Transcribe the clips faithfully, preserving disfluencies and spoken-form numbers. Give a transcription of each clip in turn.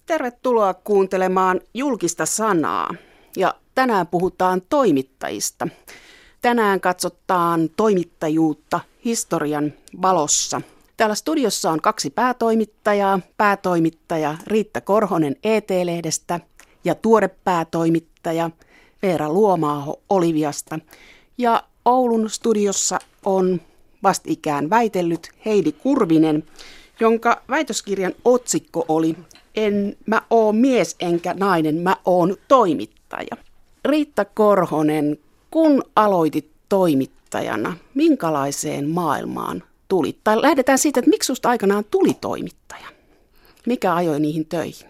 Tervetuloa kuuntelemaan julkista sanaa. Ja tänään puhutaan toimittajista. Tänään katsotaan toimittajuutta historian valossa. Täällä studiossa on kaksi päätoimittajaa. Päätoimittaja Riitta Korhonen E T-lehdestä ja tuore päätoimittaja Veera Luomaaho Oliviasta. Ja Oulun studiossa on vastikään väitellyt Heidi Kurvinen, jonka väitöskirjan otsikko oli En mä oo mies enkä nainen, mä oon toimittaja. Riitta Korhonen, kun aloitit toimittajana, minkälaiseen maailmaan tulit? Tai lähdetään siitä, että miksi susta aikanaan tuli toimittaja? Mikä ajoi niihin töihin?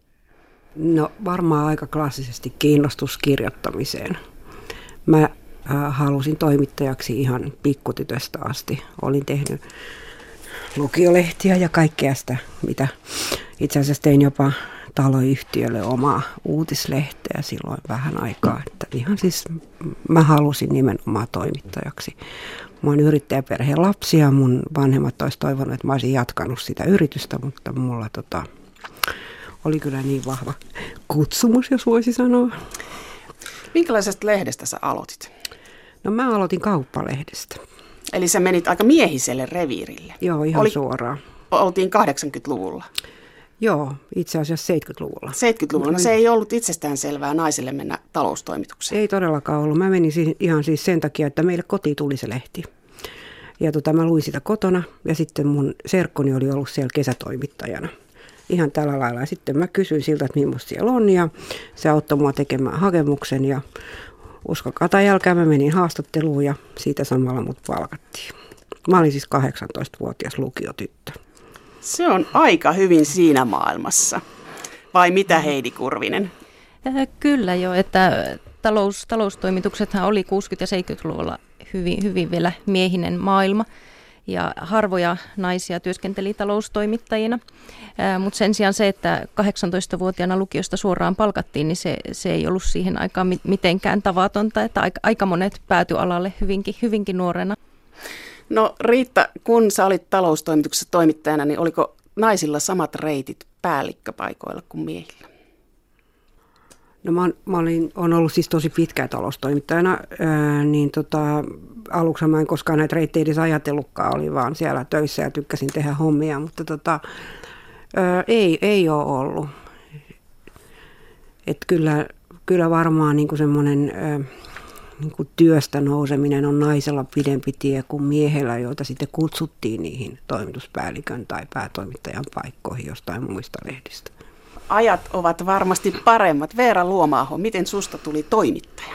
No varmaan aika klassisesti kiinnostus kirjoittamiseen. Mä äh, halusin toimittajaksi ihan pikkutytöstä asti. Olin tehnyt lukiolehtiä ja kaikkea sitä, mitä itse asiassa tein jopa taloyhtiölle omaa uutislehteä silloin vähän aikaa. Että ihan siis mä halusin nimenomaan toimittajaksi. Mä oon yrittäjäperheen lapsi ja mun vanhemmat olisi toivonut, että mä olisin jatkanut sitä yritystä, mutta mulla tota, oli kyllä niin vahva kutsumus, jos voisi sanoa. Minkälaisesta lehdestä sä aloitit? No mä aloitin Kauppalehdestä. Eli sä menit aika miehiselle reviirille. Joo, ihan Oli, suoraan. Oltiin kahdeksankymmentäluvulla. Joo, itse asiassa seitsemänkymmentäluvulla. seitsemänkymmentäluvulla. No se ei ollut itsestään selvää naiselle mennä taloustoimitukseen. Ei todellakaan ollut. Mä menin siis ihan siis sen takia, että meille kotiin tuli se lehti. Ja tota, mä luin sitä kotona ja sitten mun serkkoni oli ollut siellä kesätoimittajana. Ihan tällä lailla. Ja sitten mä kysyin siltä, että millaista siellä on ja se auttoi mua tekemään hakemuksen ja uskokaa tai jälkeen mä menin haastatteluun ja siitä samalla mut palkattiin. Mä olin siis kahdeksantoistavuotias lukiotyttö. Se on aika hyvin siinä maailmassa. Vai mitä Heidi Kurvinen? Äh, kyllä jo, että talous, taloustoimituksethan oli kuusikymmentä- ja seitsemänkymmentäluvulla hyvin, hyvin vielä miehinen maailma. Ja harvoja naisia työskenteli taloustoimittajina, äh, mutta sen sijaan se, että kahdeksantoistavuotiaana lukiosta suoraan palkattiin, niin se, se ei ollut siihen aikaan mitenkään tavatonta, että aika, aika monet päätyi alalle hyvinkin, hyvinkin nuorena. No Riitta, kun sä olit taloustoimituksessa toimittajana, niin oliko naisilla samat reitit päällikköpaikoilla kuin miehillä? No mä, mä olin, olen ollut siis tosi pitkään taloustoimittajana, ää, niin tota, aluksi mä en koskaan näitä reittejä edes ajatellutkaan, oli vaan siellä töissä ja tykkäsin tehdä hommia, mutta tota, ää, ei, ei ole ollut. Et kyllä, kyllä varmaan niin kuin semmoinen ää, niin kuin työstä nouseminen on naisella pidempi tie kuin miehellä, joita sitten kutsuttiin niihin toimituspäällikön tai päätoimittajan paikkoihin jostain muista lehdistä. Ajat ovat varmasti paremmat. Veera Luomaaho, miten susta tuli toimittaja?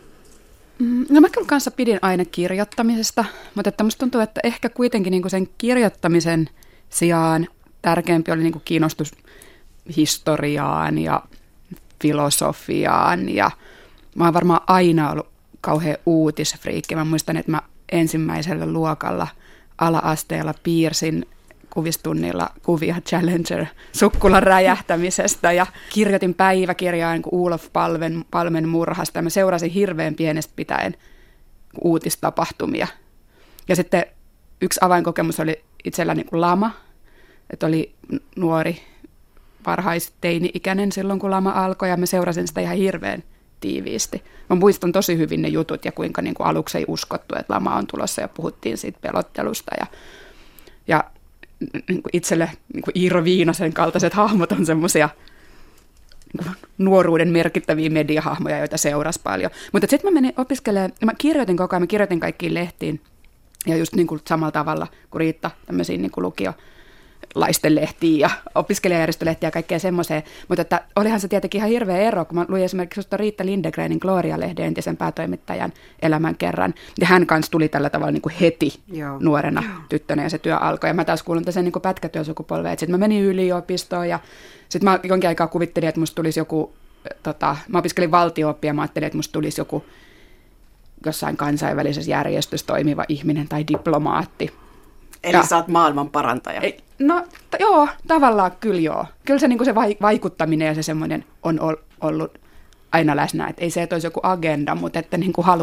No mä kyllä kanssa pidin aina kirjoittamisesta, mutta että musta tuntuu, että ehkä kuitenkin niinku sen kirjoittamisen sijaan tärkeämpi oli niinku kiinnostus historiaan ja filosofiaan. Ja mä oon varmaan aina ollut kauhean uutisfriikki. Mä muistan, että mä ensimmäisellä luokalla ala-asteella piirsin kuvistunnilla kuvia Challenger-sukkulan räjähtämisestä ja kirjoitin päiväkirjaa niin kuin Olof Palmen, Palmen murhasta ja mä seurasin hirveän pienestä pitäen uutistapahtumia. Ja sitten yksi avainkokemus oli itsellä niin kuin lama, että oli nuori varhaisteini-ikäinen silloin kun lama alkoi ja mä seurasin sitä ihan hirveän tiiviisti. Mä muistan tosi hyvin ne jutut ja kuinka niin kuin aluksi ei uskottu, että lama on tulossa ja puhuttiin siitä pelottelusta ja, ja niin kuin itselle niin kuin Iiro Viinasen kaltaiset hahmot on semmoisia niin nuoruuden merkittäviä mediahahmoja, joita seurasi paljon. Mutta sitten mä menin opiskelemaan, mä kirjoitin koko ajan, mä kirjoitin kaikkiin lehtiin ja just niin kuin samalla tavalla kuin Riitta, tämmöisiin niin kuin lukiolaisten lehtiin ja opiskelijajärjestölehtiä ja kaikkea semmoiseen. Mutta että olihan se tietenkin ihan hirveä ero, kun mä luin esimerkiksi Riitta Lindegrenin Gloria-lehden entisen päätoimittajan elämän kerran. Ja hän kanssa tuli tällä tavalla niin kuin heti Joo. nuorena Joo. tyttönä ja se työ alkoi. Ja mä taas kuulun sen niin kuin pätkätyösukupolveen. Sitten mä menin yliopistoon ja sitten mä jonkin aikaa kuvittelin, että musta tulisi joku, tota, mä opiskelin valtio-oppia ja mä ajattelin, että musta tulisi joku jossain kansainvälisessä järjestössä toimiva ihminen tai diplomaatti. Eli ja, sä oot maailman parantaja. No t- joo, tavallaan kyllä joo. Kyllä se, niin se vaikuttaminen ja se semmoinen on ollut aina läsnä. Että ei se, että olisi joku agenda, mutta että niin kuin halu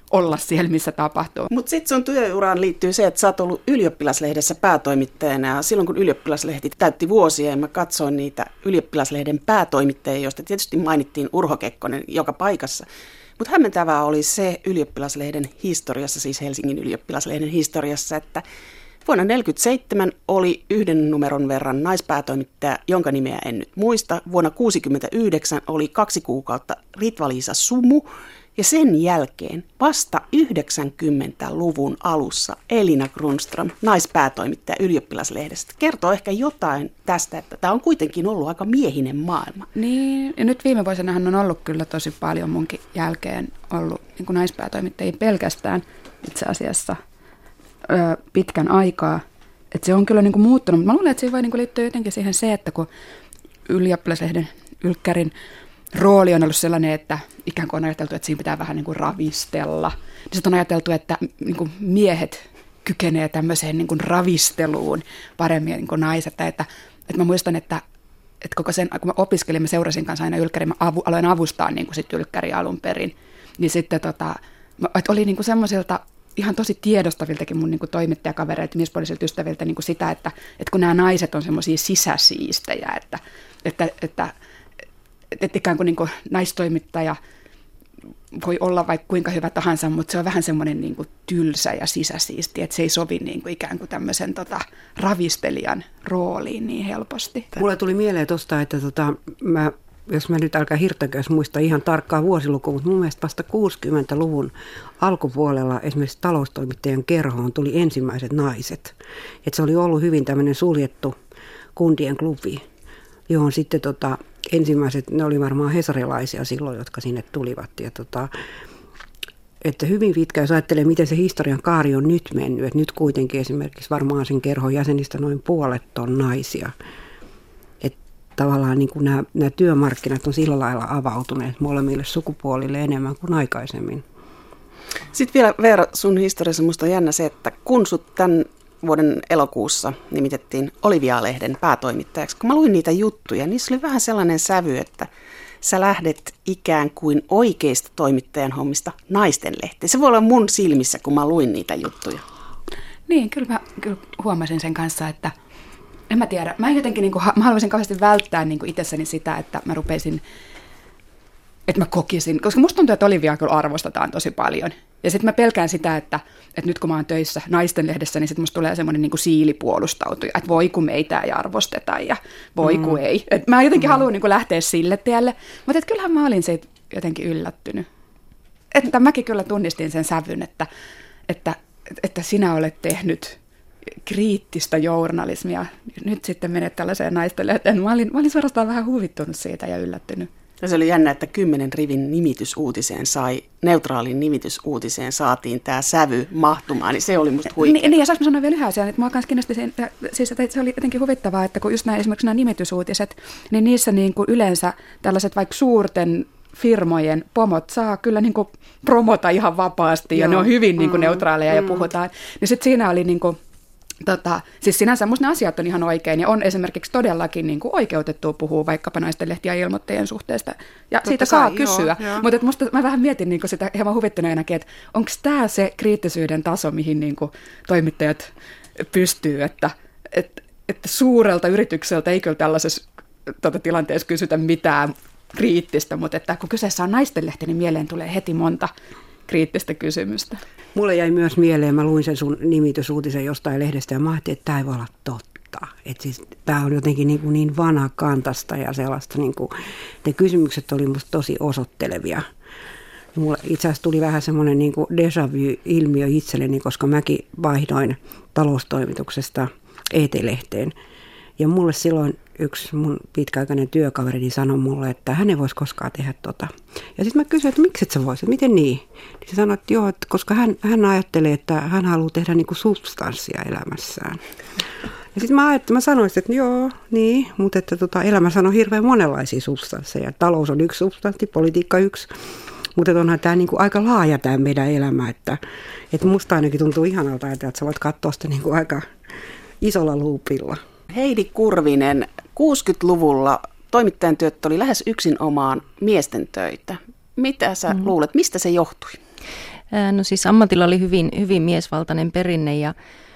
olla siellä, missä tapahtuu. Mutta sitten sun työuraan liittyy se, että sä oot ollut Ylioppilaslehdessä päätoimittajana, ja silloin kun Ylioppilaslehti täytti vuosia, ja mä katsoin niitä Ylioppilaslehden päätoimittajia, joista tietysti mainittiin Urho Kekkonen joka paikassa. Mutta hämmentävää oli se Ylioppilaslehden historiassa, siis Helsingin Ylioppilaslehden historiassa, että vuonna tuhatyhdeksänsataaneljäkymmentäseitsemän oli yhden numeron verran naispäätoimittaja, jonka nimeä en nyt muista. Vuonna tuhatyhdeksänsataakuusikymmentäyhdeksän oli kaksi kuukautta Ritva-Liisa Sumu. Ja sen jälkeen vasta yhdeksänkymmentäluvun alussa Elina Grundström, naispäätoimittaja Ylioppilaslehdestä, kertoo ehkä jotain tästä, että tämä on kuitenkin ollut aika miehinen maailma. Niin, ja nyt viime vuosinahan on ollut kyllä tosi paljon munkin jälkeen ollut niin kuin naispäätoimittajia pelkästään itse asiassa ö, pitkän aikaa. Että se on kyllä niin kuin muuttunut, mutta mä luulen, että siinä voi niin kuin liittyä jotenkin siihen se, että kun Ylioppilaslehden ylkkärin rooli on ollut sellainen, että ikään kuin on ajateltu, että siinä pitää vähän niin kuin ravistella. Sitten on ajateltu, että niin kuin miehet kykenee tämmöiseen niin kuin ravisteluun paremmin niin kuin naiset. Että, että mä muistan, että, että koko sen, kun mä opiskelin, mä seurasin kanssa aina ylkkäriä, mä avu, aloin avustaa niin kuin sit ylkkäriä alun perin. Niin sitten tota, että oli niin kuin semmoisilta ihan tosi tiedostaviltakin mun niin kuin toimittajakavereilta, miespuolisilta ystäviltä niin kuin sitä, että, että kun nämä naiset on semmoisia sisäsiistejä, että, että, että että ikään kuin, niin kuin naistoimittaja voi olla vaikka kuinka hyvä tahansa, mutta se on vähän semmoinen niin kuin tylsä ja sisäsiisti, että se ei sovi niin kuin ikään kuin tämmöisen tota, ravistelijan rooliin niin helposti. Mulle tuli mieleen tuosta, että tota, mä, jos mä nyt alkaa hirttäkö, jos muista ihan tarkkaa vuosilukua, mutta mun mielestä vasta kuusikymmentäluvun alkupuolella esimerkiksi taloustoimittajan kerhoon tuli ensimmäiset naiset. Että se oli ollut hyvin tämmöinen suljettu kundien klubi, johon sitten tota, ensimmäiset, ne oli varmaan hesarilaisia silloin, jotka sinne tulivat. Ja tota, että hyvin pitkään, jos ajattelee, miten se historian kaari on nyt mennyt, että nyt kuitenkin esimerkiksi varmaan sen kerhon jäsenistä noin puolet on naisia. Että tavallaan niin kuin nämä, nämä työmarkkinat on sillä lailla avautuneet molemmille sukupuolille enemmän kuin aikaisemmin. Sitten vielä Veera, sun historiassa musta on jännä se, että kun sut tämän vuoden elokuussa nimitettiin Olivia-lehden päätoimittajaksi. Kun mä luin niitä juttuja, niissä oli vähän sellainen sävy, että sä lähdet ikään kuin oikeista toimittajan hommista naisten lehteen. Se voi olla mun silmissä, kun mä luin niitä juttuja. Niin, kyllä mä kyllä huomasin sen kanssa, että en mä tiedä. Mä, jotenkin, niin kuin, mä haluaisin kauheasti välttää niin kuin itsessäni sitä, että mä rupeisin, että mä kokisin, koska musta tuntuu, että Oliviaa kyllä arvostetaan tosi paljon. Ja sitten mä pelkään sitä, että, että nyt kun mä oon töissä naisten lehdessä, niin sitten musta tulee semmoinen niin kuin siilipuolustautuja, että voi kun meitä ei arvosteta ja voi kun mm. ei. Et mä jotenkin mm. haluan niin kuin lähteä sille tielle, mutta kyllähän mä olin siitä jotenkin yllättynyt. Että mäkin kyllä tunnistin sen sävyn, että, että, että sinä olet tehnyt kriittistä journalismia. Nyt sitten menet tällaiseen naisten lehteen. Mä olin, mä olin suorastaan vähän huvittunut siitä ja yllättynyt. Ja se oli jännä, että kymmenen rivin nimitysuutiseen sai, neutraalin nimitysuutiseen saatiin tämä sävy mahtumaan, niin se oli musta huikea. Niin, niin ja saanko mä sanoa vielä yhä asiaa, että mua kanssa kiinnosti sen, siis, että se oli jotenkin huvittavaa, että kun just nämä, esimerkiksi nämä nimitysuutiset, niin niissä niin kuin yleensä tällaiset vaikka suurten firmojen pomot saa kyllä niin kuin promota ihan vapaasti, ja Joo. ne on hyvin niin kuin neutraaleja mm, ja puhutaan. Niin sitten siinä oli niin kuin Tota, siis sinänsä musta ne asiat on ihan oikein ja on esimerkiksi todellakin niin kuin oikeutettua puhua vaikkapa naisten lehtiä ilmoittajien suhteesta ja Totta siitä kai, saa kysyä, mutta musta mä vähän mietin niin kuin sitä hieman huvittyneenäkin, että onko tämä se kriittisyyden taso, mihin niin kuin toimittajat pystyy, että, että, että suurelta yritykseltä ei kyllä tällaisessa tota, tilanteessa kysytä mitään kriittistä, mutta että kun kyseessä on naisten lehti, niin mieleen tulee heti monta kriittistä kysymystä. Mulle jäi myös mieleen, mä luin sen sun nimitysuutisen jostain lehdestä ja mä ajattelin, että tämä ei voi olla totta. Että siis tämä on jotenkin niin, niin vanhakantasta ja sellaista, niin kuin, ne kysymykset oli musta tosi osoittelevia. Mulle itse asiassa tuli vähän semmoinen niin kuin déjà vu-ilmiö itselleni, koska mäkin vaihdoin taloustoimituksesta E T-lehteen. Ja mulle silloin yksi mun pitkäaikainen työkaverini sanoi mulle, että hän ei voisi koskaan tehdä tota. Ja sitten mä kysyin, että miksi et sä voisi, miten niin? Niin se sanoi, että joo, että koska hän, hän ajattelee, että hän haluaa tehdä niinku substanssia elämässään. Ja sitten mä, mä sanoin, että joo, niin, mutta että tota, elämässä on hirveän monenlaisia substansseja. Talous on yksi substanssi, politiikka yksi. Mutta onhan tämä niinku aika laaja tämä meidän elämä, että, että musta ainakin tuntuu ihanalta, että sä voit katsoa sitä niinku aika isolla luupilla. Heidi Kurvinen, kuusikymmentäluvulla toimittajan työt oli lähes yksin omaan miesten töitä. Mitä sä mm. luulet, mistä se johtui? No siis ammatilla oli hyvin, hyvin miesvaltainen perinne ja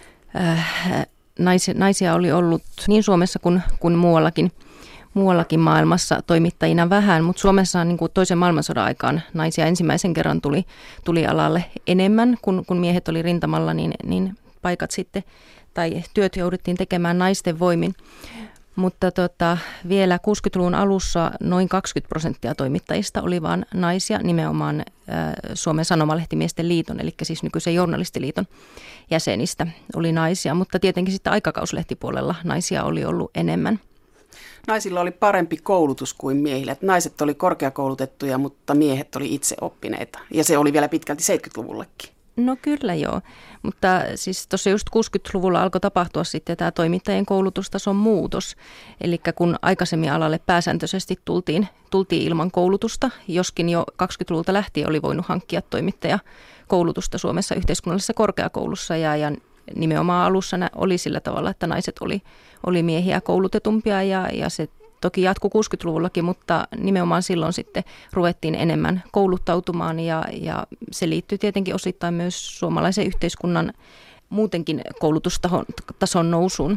äh, naisia, naisia oli ollut niin Suomessa kuin, kuin muuallakin, muuallakin maailmassa toimittajina vähän, mutta Suomessa niin kuin toisen maailmansodan aikaan naisia ensimmäisen kerran tuli, tuli alalle enemmän, kun, kun miehet oli rintamalla, niin, niin paikat sitten tai työt jouduttiin tekemään naisten voimin. Mutta tota, vielä kuusikymmentäluvun alussa noin kaksikymmentä prosenttia toimittajista oli vain naisia, nimenomaan ä, Suomen Sanomalehtimiesten liiton, eli siis nykyisen journalistiliiton jäsenistä oli naisia, mutta tietenkin sitten aikakauslehtipuolella naisia oli ollut enemmän. Naisilla oli parempi koulutus kuin miehillä. Että naiset oli korkeakoulutettuja, mutta miehet oli itse oppineita. Ja se oli vielä pitkälti seitsemänkymmentäluvullekin. No kyllä joo, mutta siis tuossa just kuusikymmentäluvulla alkoi tapahtua sitten tämä toimittajien koulutustason muutos. Eli kun aikaisemmin alalle pääsääntöisesti tultiin, tultiin ilman koulutusta, joskin jo kaksikymmentäluvulta lähtien oli voinut hankkia toimittajakoulutusta Suomessa yhteiskunnallisessa korkeakoulussa ja, ja nimenomaan alussa oli sillä tavalla, että naiset oli, oli miehiä koulutetumpia ja, ja se toki jatkui kuusikymmentäluvullakin, mutta nimenomaan silloin sitten ruvettiin enemmän kouluttautumaan ja, ja se liittyy tietenkin osittain myös suomalaisen yhteiskunnan muutenkin koulutustason nousuun.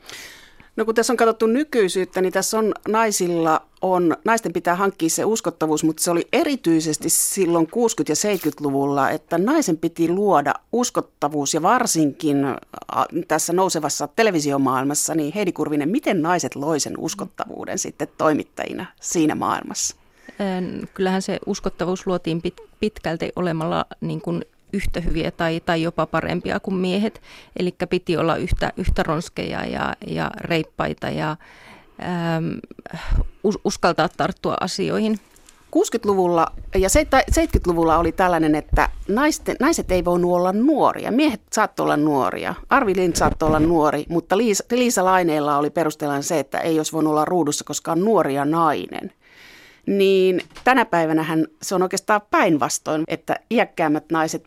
No kun tässä on katsottu nykyisyyttä, niin tässä on naisilla on, naisten pitää hankkia se uskottavuus, mutta se oli erityisesti silloin kuusikymmentä- ja seitsemänkymmentäluvulla, että naisen piti luoda uskottavuus ja varsinkin tässä nousevassa televisiomaailmassa, niin Heidi Kurvinen, miten naiset loi sen uskottavuuden sitten toimittajina siinä maailmassa? Kyllähän se uskottavuus luotiin pit, pitkälti olemalla niin kuin yhtä hyviä tai, tai jopa parempia kuin miehet, eli piti olla yhtä, yhtä ronskeja ja, ja reippaita ja äm, uskaltaa tarttua asioihin. kuusikymmentäluvulla ja seitsemänkymmentäluvulla oli tällainen, että naisten, naiset ei voinut olla nuoria. Miehet saattoi olla nuoria. Arvi Lind saattoi olla nuori, mutta Liisa, Liisa Laineella oli perustellaan se, että ei olisi voinut olla ruudussa, koska on nuoria nainen. Niin tänä päivänähän se on oikeastaan päinvastoin, että iäkkäämmät naiset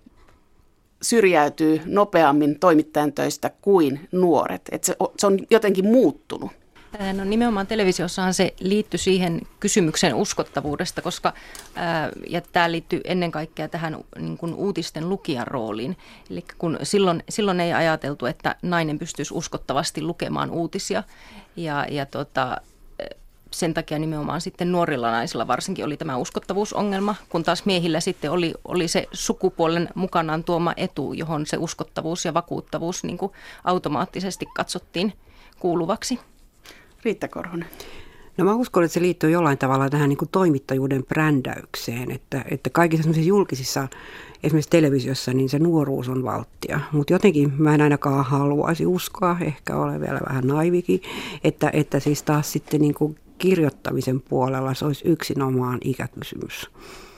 syrjäytyy nopeammin toimittajan töistä kuin nuoret. Että se, se on jotenkin muuttunut. No nimenomaan televisiossahan se liittyy siihen kysymykseen uskottavuudesta, koska ää, ja tämä liittyy ennen kaikkea tähän niin kuin uutisten lukijan rooliin. Eli kun silloin, silloin ei ajateltu, että nainen pystyisi uskottavasti lukemaan uutisia ja, ja tota, sen takia nimenomaan sitten nuorilla naisilla varsinkin oli tämä uskottavuusongelma, kun taas miehillä sitten oli, oli se sukupuolen mukanaan tuoma etu, johon se uskottavuus ja vakuuttavuus niin kuin automaattisesti katsottiin kuuluvaksi. Riitta Korhonen. No mä uskon, että se liittyy jollain tavalla tähän niin kuin toimittajuuden brändäykseen, että, että kaikissa sellaisissa julkisissa, esimerkiksi televisiossa, niin se nuoruus on valttia. Mutta jotenkin mä en ainakaan haluaisi uskoa, ehkä olen vielä vähän naivikin, että, että siis taas sitten niin kuin kirjoittamisen puolella se olisi yksinomaan ikäkysymys.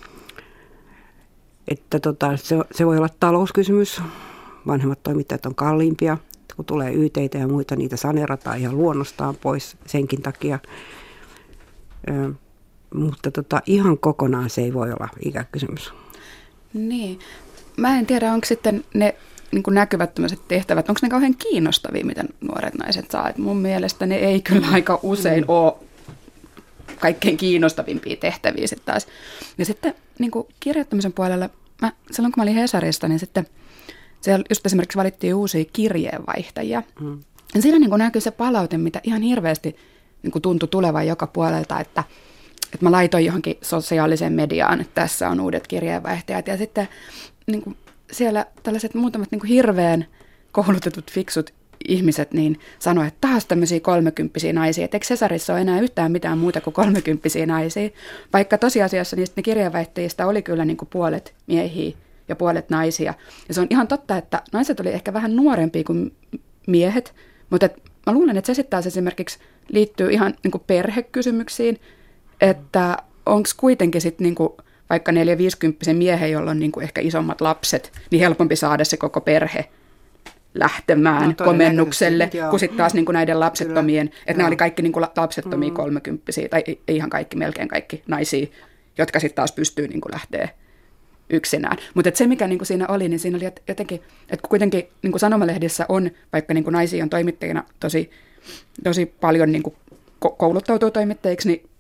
Että tota, se, se voi olla talouskysymys, vanhemmat toimittajat on kalliimpia. Kun tulee Y T:itä ja muita, niitä sanerataan ihan luonnostaan pois senkin takia. Ö, mutta tota, ihan kokonaan se ei voi olla ikäkysymys. Niin. Mä en tiedä, onko sitten ne niin kuin näkyvättömäiset tehtävät, onko ne kauhean kiinnostavia, mitä nuoret naiset saa. Et mun mielestä ne ei kyllä aika usein ole kaikkein kiinnostavimpia tehtäviä sitten taas. Ja sitten niin kuin kirjoittamisen puolella, mä, silloin kun mä olin Hesarista, niin sitten siellä just esimerkiksi valittiin uusia kirjeenvaihtajia. Mm. Ja siinä niin kuin näkyy se palaute, mitä ihan hirveästi niin kuin tuntui tulevan joka puolelta, että, että mä laitoin johonkin sosiaaliseen mediaan, että tässä on uudet kirjeenvaihtajat. Ja sitten niin kuin siellä tällaiset muutamat niin kuin hirveän koulutetut, fiksut ihmiset niin sanoi, että taas tämmöisiä kolmekymppisiä naisia. Että eikö Hesarissa ole enää yhtään mitään muuta kuin kolmekymppisiä naisia? Vaikka tosiasiassa niistä ne kirjeenvaihtajista oli kyllä niin kuin puolet miehiä ja puolet naisia. Ja se on ihan totta, että naiset oli ehkä vähän nuorempia kuin miehet, mutta et mä luulen, että se sitten taas esimerkiksi liittyy ihan niin kuin perhekysymyksiin, että onko kuitenkin sitten niin kuin vaikka neljä-viisikymppisen miehen, jolla on niin kuin ehkä isommat lapset, niin helpompi saada se koko perhe lähtemään no, komennukselle, kuin sitten taas niin kuin näiden lapsettomien, Kyllä. että nämä oli kaikki niin kuin lapsettomia mm. kolmekymppisiä, tai ei ihan kaikki, melkein kaikki naisia, jotka sitten taas pystyy niin kuin lähteä yksinään. Mutta se, mikä niinku siinä oli, niin siinä oli jotenkin, että kun kuitenkin niinku sanomalehdissä on, vaikka niinku naisia on toimittajina tosi, tosi paljon niinku kouluttautuu toimittajiksi, niin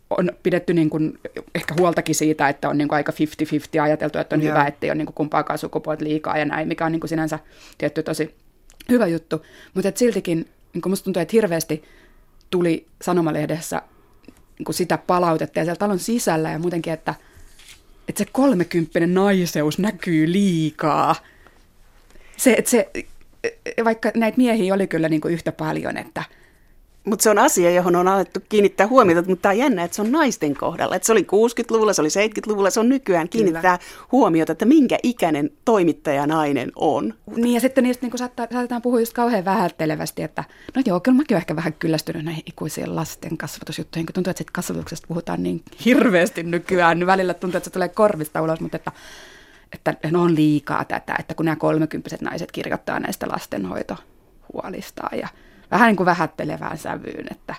on pidetty niin kuin ehkä huoltakin siitä, että on niin kuin aika viisikymmentä viisikymmentä ajateltu, että on yeah. hyvä, ettei ole niin kuin kumpaakaan sukupuolta liikaa ja näin, mikä on niin kuin sinänsä tietty tosi hyvä juttu. Mutta siltikin niin kuin musta tuntuu, että hirveästi tuli Sanomalehdessä niin kuin sitä palautetta ja siellä talon sisällä ja muutenkin, että, että se kolmekymppinen naiseus näkyy liikaa. Se, että se, vaikka näitä miehiä oli kyllä niin kuin yhtä paljon, että mutta se on asia, johon on alettu kiinnittää huomiota, mutta tämä on jännä, että se on naisten kohdalla. Että se oli kuusikymmentäluvulla, se oli seitsemänkymmentäluvulla, se on nykyään kiinnittää Kyllä. huomiota, että minkä ikäinen toimittaja nainen on. Niin ja sitten niistä niin saattaa, saatetaan puhua just kauhean vähättelevästi, että no joo, kyllä mäkin olen ehkä vähän kyllästynyt näihin ikuisiin lasten kasvatusjuttuihin, kun tuntuu, että sit kasvatuksesta puhutaan niin hirveästi nykyään, niin välillä tuntuu, että se tulee korvista ulos, mutta että, että no on liikaa tätä, että kun nämä kolmekymppiset naiset kirjoittaa näistä lastenhoitohuolistaan ja vähän niin kuin vähättelevään sävyyn, että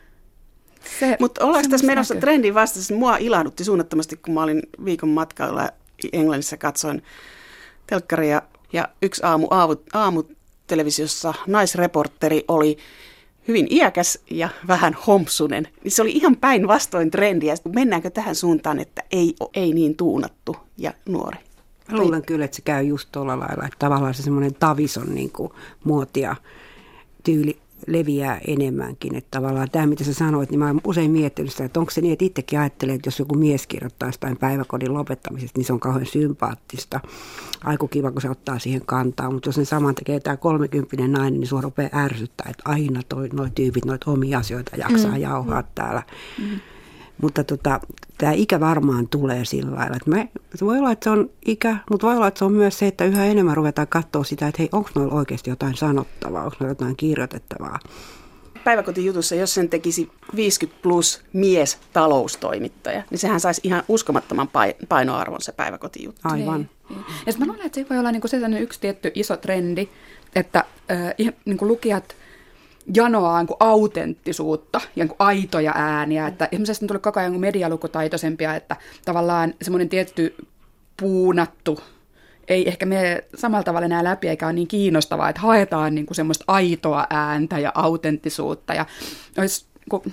mutta ollaanko tässä menossa trendin vastaisesti? Mua ilahdutti suunnattomasti, kun mä olin viikon matkalla Englannissa, katsoin telkkaria ja yksi aamu, aamu aamutelevisiossa naisreporteri oli hyvin iäkäs ja vähän hompsunen. Niin se oli ihan päinvastoin trendiä. Mennäänkö tähän suuntaan, että ei, ei niin tuunattu ja nuori? Mä luulen kyllä, että se käy just tuolla lailla, että tavallaan se semmoinen tavison niin kuin muotia tyyli leviää enemmänkin. Että tavallaan tämä, mitä sä sanoit, niin mä olen usein miettinyt sitä, että onko se niin, että itsekin ajattelee, että jos joku mies kirjoittaa jostain päiväkodin lopettamisesta, niin se on kauhean sympaattista. Aiku kiva, kun se ottaa siihen kantaa, mutta jos sen saman tekee tämä kolmekymppinen nainen, niin sua rupeaa ärsyttää, että aina toi, noi tyypit noita omia asioita jaksaa mm. jauhaa mm. täällä. Mm. Mutta tota, tämä ikä varmaan tulee sillä lailla, että me, se voi olla, että se on ikä, mutta voi olla, että se on myös se, että yhä enemmän ruvetaan katsoa sitä, että hei, onko noilla oikeasti jotain sanottavaa, onko noilla jotain kirjoitettavaa. Päiväkotijutussa, jos sen tekisi viisikymmentä plus mies taloustoimittaja, niin sehän saisi ihan uskomattoman painoarvon se päiväkotijuttu. Aivan. Ei, ei. Ja mä luulen, että se voi olla niinku sellainen yksi tietty iso trendi, että äh, niinku lukijat janoaa niin kuin autenttisuutta ja niin kuin aitoja ääniä, että ihmisestä on tullut koko ajan medialukutaitoisempia, että tavallaan semmoinen tietty puunattu ei ehkä mene samalla tavalla enää läpi, eikä ole niin kiinnostavaa, että haetaan niin kuin semmoista aitoa ääntä ja autenttisuutta. Ja jos,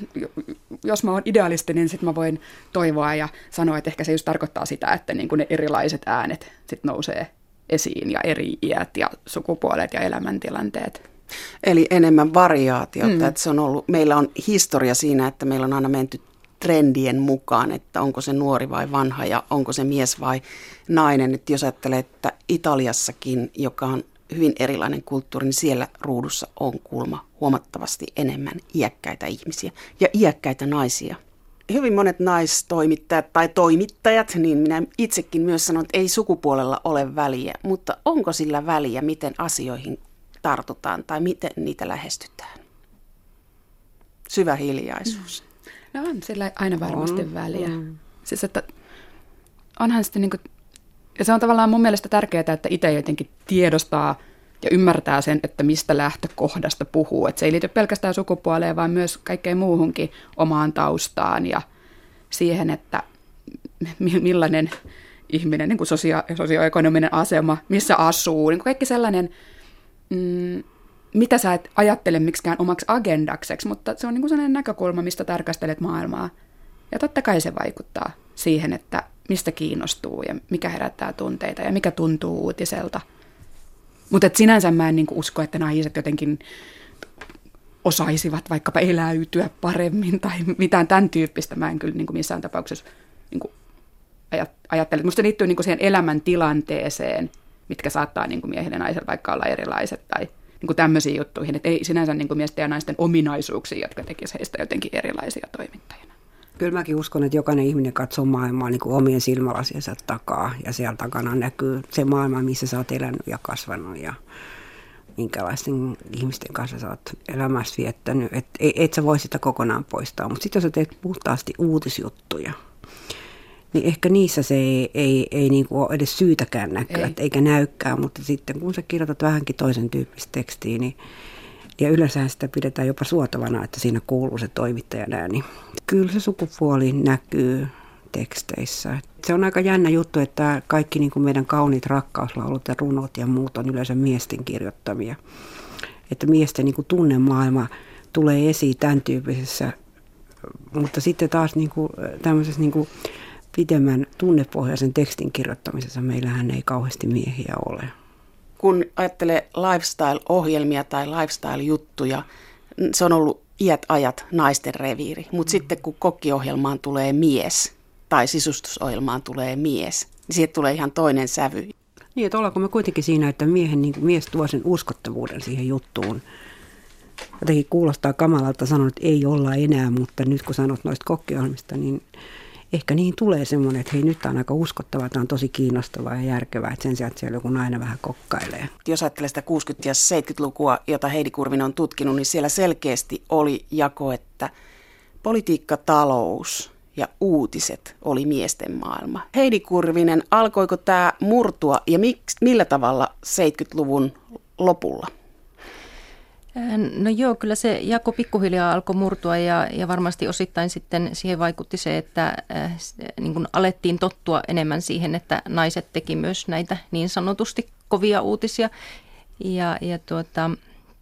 jos mä oon idealisti, niin sitten mä voin toivoa ja sanoa, että ehkä se just tarkoittaa sitä, että niin kuin ne erilaiset äänet sit nousee esiin ja eri iät ja sukupuolet ja elämäntilanteet. Eli enemmän variaatiota, mm. että se on ollut, meillä on historia siinä, että meillä on aina menty trendien mukaan, että onko se nuori vai vanha ja onko se mies vai nainen. Että jos ajattelee, että Italiassakin, joka on hyvin erilainen kulttuuri, niin siellä ruudussa on kuulemma huomattavasti enemmän iäkkäitä ihmisiä ja iäkkäitä naisia. Hyvin monet naistoimittajat tai toimittajat, niin minä itsekin myös sanon, että ei sukupuolella ole väliä, mutta onko sillä väliä, miten asioihin tartutaan tai miten niitä lähestytään? Syvä hiljaisuus. No on sillä aina varmasti on väliä. Mm. Siis, että onhan sitten niin kuin, ja se on tavallaan mun mielestä tärkeää, että itse jotenkin tiedostaa ja ymmärtää sen, että mistä lähtökohdasta puhuu. Että se ei liity pelkästään sukupuoleen, vaan myös kaikkeen muuhunkin omaan taustaan ja siihen, että millainen ihminen, niin kuin sosio- sosioekonominen asema, missä asuu, niin kuin kaikki sellainen, mm, mitä sä et ajattele miksikään omaksi agendakseksi, mutta se on niin kuin sellainen näkökulma, mistä tarkastelet maailmaa. Ja totta kai se vaikuttaa siihen, että mistä kiinnostuu ja mikä herättää tunteita ja mikä tuntuu uutiselta. Mutta sinänsä mä en niin kuin usko, että naiset jotenkin osaisivat vaikkapa eläytyä paremmin tai mitään tämän tyyppistä. Mä en kyllä niin kuin missään tapauksessa niin kuin ajattele. Musta liittyy niin kuin siihen elämäntilanteeseen, mitkä saattaa niin kuin miehille ja naisille vaikka olla erilaiset tai niin kuin tämmöisiin juttuihin. Että ei sinänsä niin kuin miesten ja naisten ominaisuuksia, jotka tekisivät heistä jotenkin erilaisia toimittajina. Kyllä mäkin uskon, että jokainen ihminen katsoo maailmaa niin kuin omien silmälasiensa takaa ja siellä takana näkyy se maailma, missä sä oot elänyt ja kasvanut ja minkälaisten ihmisten kanssa sä oot elämässä viettänyt. Et, et sä voi sitä kokonaan poistaa, mutta sitten jos sä teet puhtaasti uutisjuttuja, niin ehkä niissä se ei, ei, ei niin kuin ole edes syytäkään näkyä, ei. eikä näykään, mutta sitten kun sä kirjoitat vähänkin toisen tyyppistä tekstiä, niin ja yleensä sitä pidetään jopa suotavana, että siinä kuuluu se toimittajan ääni. Kyllä se sukupuoli näkyy teksteissä. Se on aika jännä juttu, että kaikki niin kuin meidän kauniit rakkauslaulut ja runot ja muut on yleensä miesten kirjoittamia. Että miesten niin kuin tunnemaailma tulee esiin tämän tyyppisessä mutta sitten taas niin kuin, tämmöisessä niin kuin pitemmän tunnepohjaisen tekstin kirjoittamisessa meillähän ei kauheasti miehiä ole. Kun ajattelee lifestyle-ohjelmia tai lifestyle-juttuja, se on ollut iät ajat naisten reviiri. Mutta mm. sitten kun kokkiohjelmaan tulee mies tai sisustusohjelmaan tulee mies, niin siitä tulee ihan toinen sävy. Niin, että ollaanko me kuitenkin siinä, että miehen, niin mies tuo sen uskottavuuden siihen juttuun. Jotenkin kuulostaa kamalalta sanoa, että ei olla enää, mutta nyt kun sanot noista kokkiohjelmista, niin ehkä niin tulee semmoinen, että hei, nyt tämä on aika uskottavaa, tämä on tosi kiinnostavaa ja järkevää, että sen sijaan, että siellä joku nainen vähän kokkailee. Jos ajattelee sitä kuusikymmentä- ja seitsemänkymmentälukua, jota Heidi Kurvinen on tutkinut, niin siellä selkeästi oli jako, että politiikka, talous ja uutiset oli miesten maailma. Heidi Kurvinen, alkoiko tämä murtua ja miksi, millä tavalla seitsemänkymmentäluvun lopulla? No joo, kyllä se jako pikkuhiljaa alkoi murtua ja, ja varmasti osittain sitten siihen vaikutti se, että äh, niin kuin alettiin tottua enemmän siihen, että naiset teki myös näitä niin sanotusti kovia uutisia. Ja, ja tuota...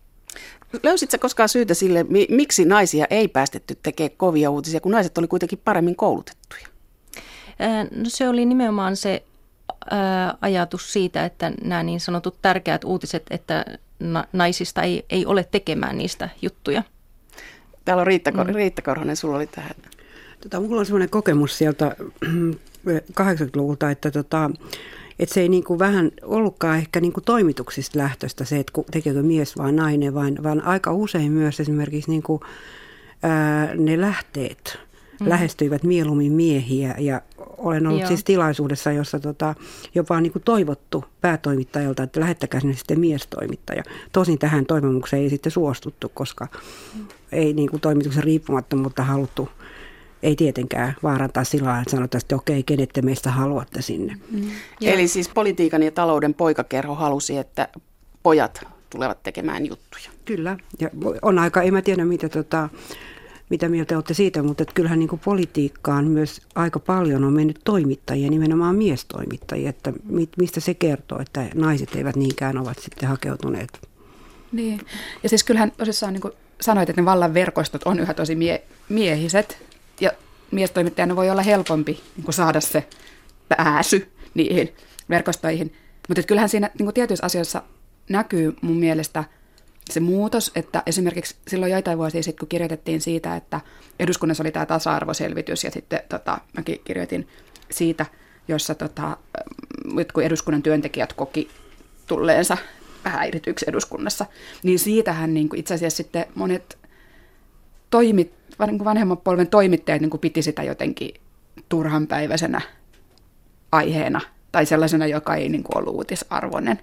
Löysitkö koskaan syytä sille, miksi naisia ei päästetty tekemään kovia uutisia, kun naiset oli kuitenkin paremmin koulutettuja? Äh, no se oli nimenomaan se äh, ajatus siitä, että nämä niin sanotut tärkeät uutiset, että naisista ei, ei ole tekemään niistä juttuja. Täällä on Riitta, mm. Riitta Korhonen, sulla oli tähän. Tota, mulla on semmoinen kokemus sieltä kahdeksankymmentäluvulta, että, tota, että se ei niin kuin vähän ollutkaan ehkä niin kuin toimituksista lähtöistä se, että tekeekö mies vai nainen, vaan, vaan aika usein myös esimerkiksi niin kuin, ää, ne lähteet mm. lähestyivät mieluummin miehiä ja olen ollut Joo. siis tilaisuudessa, jossa tota, jopa on niin kuin toivottu päätoimittajalta, että lähettäkää sinne sitten miestoimittaja. Tosin tähän toivomukseen ei sitten suostuttu, koska mm. ei niin kuin toimituksen riippumattomuutta haluttu, ei tietenkään vaarantaa sillä lailla, että sanotaan, että okei, kenet te meistä haluatte sinne. Mm. Eli siis politiikan ja talouden poikakerho halusi, että pojat tulevat tekemään juttuja. Kyllä, ja on aika, en mä tiedä mitä tota... Mitä mieltä olette siitä, mutta että kyllähän niin kuin politiikkaan myös aika paljon on mennyt toimittajia, nimenomaan miestoimittajia, että mistä se kertoo, että naiset eivät niinkään ovat sitten hakeutuneet. Niin, ja siis kyllähän tosissaan niin kuin sanoit, että ne vallan verkostot on yhä tosi mie- miehiset, ja miestoimittajana voi olla helpompi niin kuin saada se pääsy niihin verkostoihin, mutta kyllähän siinä niin kuin tietyissä asioissa näkyy mun mielestä se muutos, että esimerkiksi silloin joitain vuosia sitten, kun kirjoitettiin siitä, että eduskunnassa oli tämä tasa-arvoselvitys, ja sitten tota, mäkin kirjoitin siitä, jossa tota, kun eduskunnan työntekijät koki tulleensa häirityksi eduskunnassa, niin siitähän niin kuin itse asiassa sitten monet toimit, vanhemman polven toimittajat niin kuin piti sitä jotenkin turhanpäiväisenä aiheena, tai sellaisena, joka ei niin kuin ollut uutisarvoinen,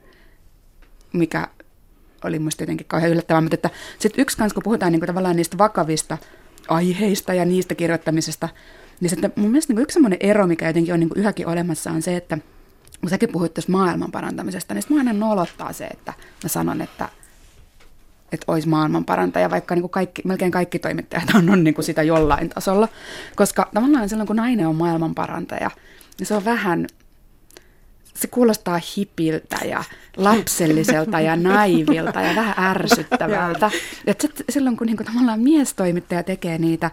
mikä oli musta jotenkin kauhean yllättävää, mutta että sitten yksi kanssa, kun puhutaan niin kuin tavallaan niistä vakavista aiheista ja niistä kirjoittamisesta, niin sitten mun mielestä niin kuin yksi semmoinen ero, mikä jotenkin on niin kuin yhäkin olemassa, on se, että kun säkin puhuit tuosta maailman parantamisesta, niin sitten mua aina nolottaa se, että mä sanon, että, että olisi maailman parantaja, vaikka niin kuin kaikki, melkein kaikki toimittajat on, on niin kuin sitä jollain tasolla, koska tavallaan silloin, kun nainen on maailman parantaja, niin se on vähän... Se kuulostaa hipiltä ja lapselliselta ja naivilta ja vähän ärsyttävältä. Et sit, silloin kun niinku tavallaan miestoimittaja tekee niitä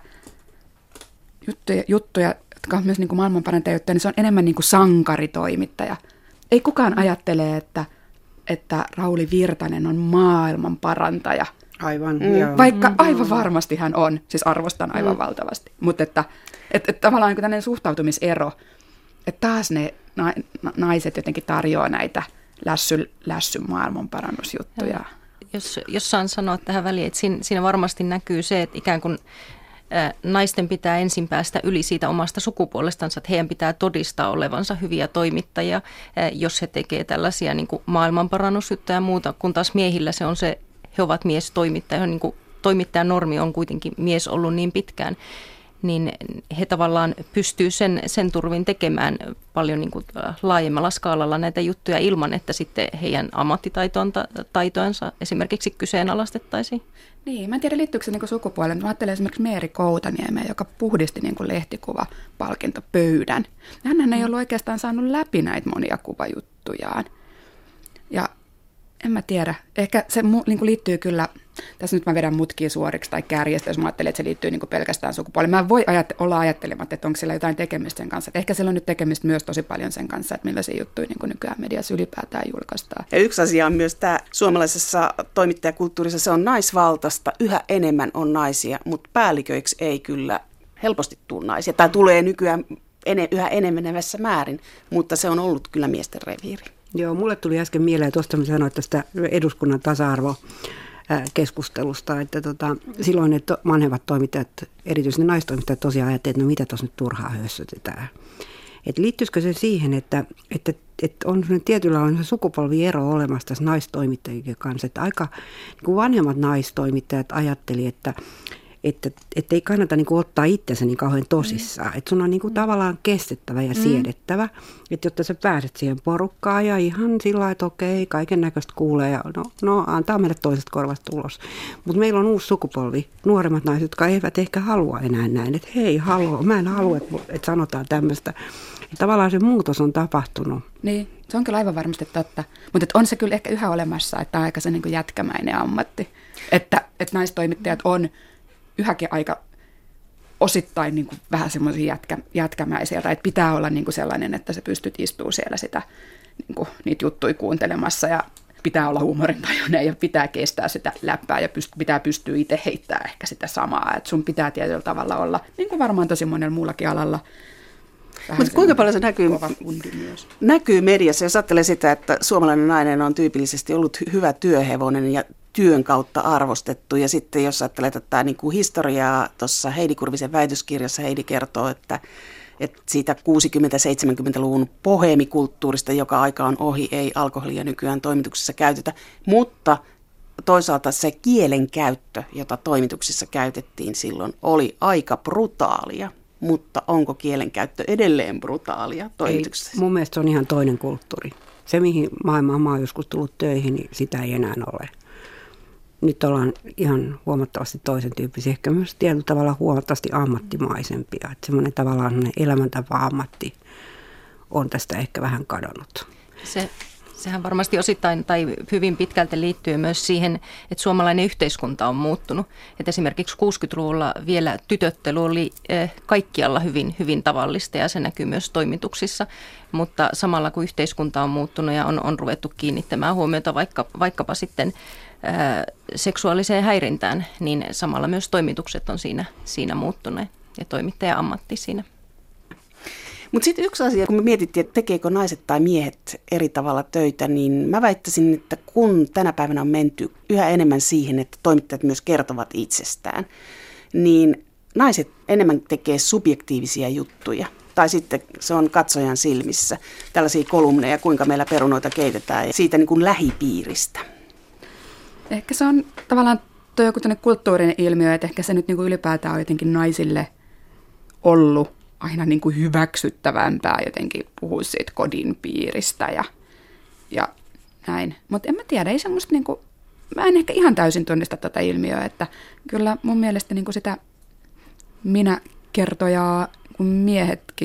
juttuja, juttuja jotka on myös niinku maailmanparantajajuttuja, niin se on enemmän niinku sankaritoimittaja. Ei kukaan ajattele, että, että Rauli Virtanen on maailmanparantaja. Aivan, mm. joo. Vaikka aivan varmasti hän on, siis arvostan aivan mm. valtavasti. Mutta että et, et tavallaan niinku tämmöinen suhtautumisero, että taas ne na, na, naiset jotenkin tarjoaa näitä lässy, lässyn maailmanparannusjuttuja. Jos, jos saan sanoa tähän väliin, että siinä, siinä varmasti näkyy se, että ikään kuin ä, naisten pitää ensin päästä yli siitä omasta sukupuolestansa, että heidän pitää todistaa olevansa hyviä toimittajia, ä, jos he tekevät tällaisia niin kuin maailmanparannusjuttuja ja muuta, kun taas miehillä se on se, he ovat miestoimittajia, niin kuin toimittajan normi on kuitenkin mies ollut niin pitkään, niin he tavallaan pystyy sen, sen turvin tekemään paljon niin kuin laajemmalla skaalalla näitä juttuja ilman, että sitten heidän ammattitaitoansa esimerkiksi kyseenalaistettaisiin. Niin, mä en tiedä liittyykö se niin sukupuoleen. Mä ajattelen esimerkiksi Meeri Koutaniemeä, joka puhdisti niin lehtikuvapalkintopöydän. Hän ei ollut oikeastaan saanut läpi näitä monia kuvajuttujaan. Ja en mä tiedä, ehkä se niin liittyy kyllä tässä nyt mä vedän mutkia suoriksi tai kärjestä, jos mä ajattelen, että se liittyy niin kuin pelkästään sukupuoleen. Mä en voi ajat- olla ajattelematta, että onko sillä jotain tekemistä sen kanssa. Et ehkä sillä on nyt tekemistä myös tosi paljon sen kanssa, että millaisia juttuja niin kuin nykyään mediassa ylipäätään julkaistaan. Ja yksi asia on myös tämä suomalaisessa toimittajakulttuurissa, se on naisvaltaista, yhä enemmän on naisia, mutta päälliköiksi ei kyllä helposti tule naisia. Tai tulee nykyään ene- yhä enenevässä määrin, mutta se on ollut kyllä miesten reviiri. Joo, mulle tuli äsken mieleen, tuosta mä sanoin tästä eduskunnan tasa-arvokeskustelusta, että tota, silloin että vanhemmat toimittajat, erityisesti naistoimittajat tosiaan ajattelivat, että no mitä tuossa nyt turhaa hössötetään. Että liittyisikö se siihen, että, että, että on tietyllä on se sukupolviero olemassa tässä naistoimittajien kanssa, että aika niin kuin vanhemmat naistoimittajat ajatteli, että Että, että ei kannata niin kuin ottaa itsensä niin kauhean tosissaan. Mm. Että sun on niin kuin tavallaan kestettävä ja mm. siedettävä, että jotta sä pääset siihen porukkaan ja ihan sillä lailla, että okei, kaiken näköistä kuulee ja no, no antaa meille toisesta korvasta ulos. Mutta meillä on uusi sukupolvi, nuoremmat naiset, jotka eivät ehkä halua enää näin, että hei, halua, mä en halua, että, että sanotaan tämmöistä. Ja tavallaan se muutos on tapahtunut. Niin, se on kyllä aivan varmasti totta. Mutta on se kyllä ehkä yhä olemassa, että on aika se niin kuin jätkämäinen ammatti, että, että naistoimittajat on yhäkin aika osittain niin kuin vähän semmoisia jätkä, jätkämäisiä, tai että pitää olla niin kuin sellainen, että sä pystyt istumaan siellä sitä, niin kuin, niitä juttuja kuuntelemassa, ja pitää olla huumorintajuinen, ja pitää kestää sitä läppää, ja pyst- pitää pystyä itse heittämään ehkä sitä samaa, että sun pitää tietyllä tavalla olla, niin kuin varmaan tosi monella muullakin alalla. Mutta kuinka paljon se näkyy, näkyy mediassa, jos ajattelee sitä, että suomalainen nainen on tyypillisesti ollut hyvä työhevonen, ja työn kautta arvostettu. Ja sitten jos ajattelee tätä niin kuin historiaa, tuossa Heidi Kurvisen väitöskirjassa Heidi kertoo, että, että siitä kuusikymmentä-seitsemänkymmentäluvun boheemikulttuurista, joka aika on ohi, ei alkoholia nykyään toimituksessa käytetä. Mutta toisaalta se kielen käyttö, jota toimituksissa käytettiin silloin, oli aika brutaalia. Mutta onko kielen käyttö edelleen brutaalia toimituksessa? Ei, mun mielestä se on ihan toinen kulttuuri. Se, mihin maailmaan mä oon joskus tullut töihin, niin sitä ei enää ole. Nyt ollaan ihan huomattavasti toisen tyyppisiä, ehkä myös tietyllä tavalla huomattavasti ammattimaisempia. Että semmoinen tavallaan elämäntapa-ammatti on tästä ehkä vähän kadonnut. Se, sehän varmasti osittain tai hyvin pitkälti liittyy myös siihen, että suomalainen yhteiskunta on muuttunut. Että esimerkiksi kuusikymmentäluvulla vielä tytöttely oli kaikkialla hyvin, hyvin tavallista ja se näkyy myös toimituksissa. Mutta samalla kun yhteiskunta on muuttunut ja on, on ruvettu kiinnittämään huomiota vaikka, vaikkapa sitten seksuaaliseen häirintään, niin samalla myös toimitukset on siinä, siinä muuttuneet ja toimittaja-ammatti siinä. Mutta sitten yksi asia, kun me mietittiin, että tekeekö naiset tai miehet eri tavalla töitä, niin mä väittäisin, että kun tänä päivänä on menty yhä enemmän siihen, että toimittajat myös kertovat itsestään, niin naiset enemmän tekee subjektiivisia juttuja. Tai sitten se on katsojan silmissä, tällaisia kolumneja, kuinka meillä perunoita keitetään ja siitä niin kuin lähipiiristä. Ehkä se on tavallaan tuo joku kulttuurinen ilmiö, että ehkä se nyt niin kuin ylipäätään on jotenkin naisille ollut aina niin kuin hyväksyttävämpää jotenkin puhua siitä kodin piiristä ja, ja näin. Mutta en mä tiedä, ei semmoista niin kuin, mä en ehkä ihan täysin tunnista tätä ilmiöä, että kyllä mun mielestä niin kuin sitä minä kertojaa kun miehetkin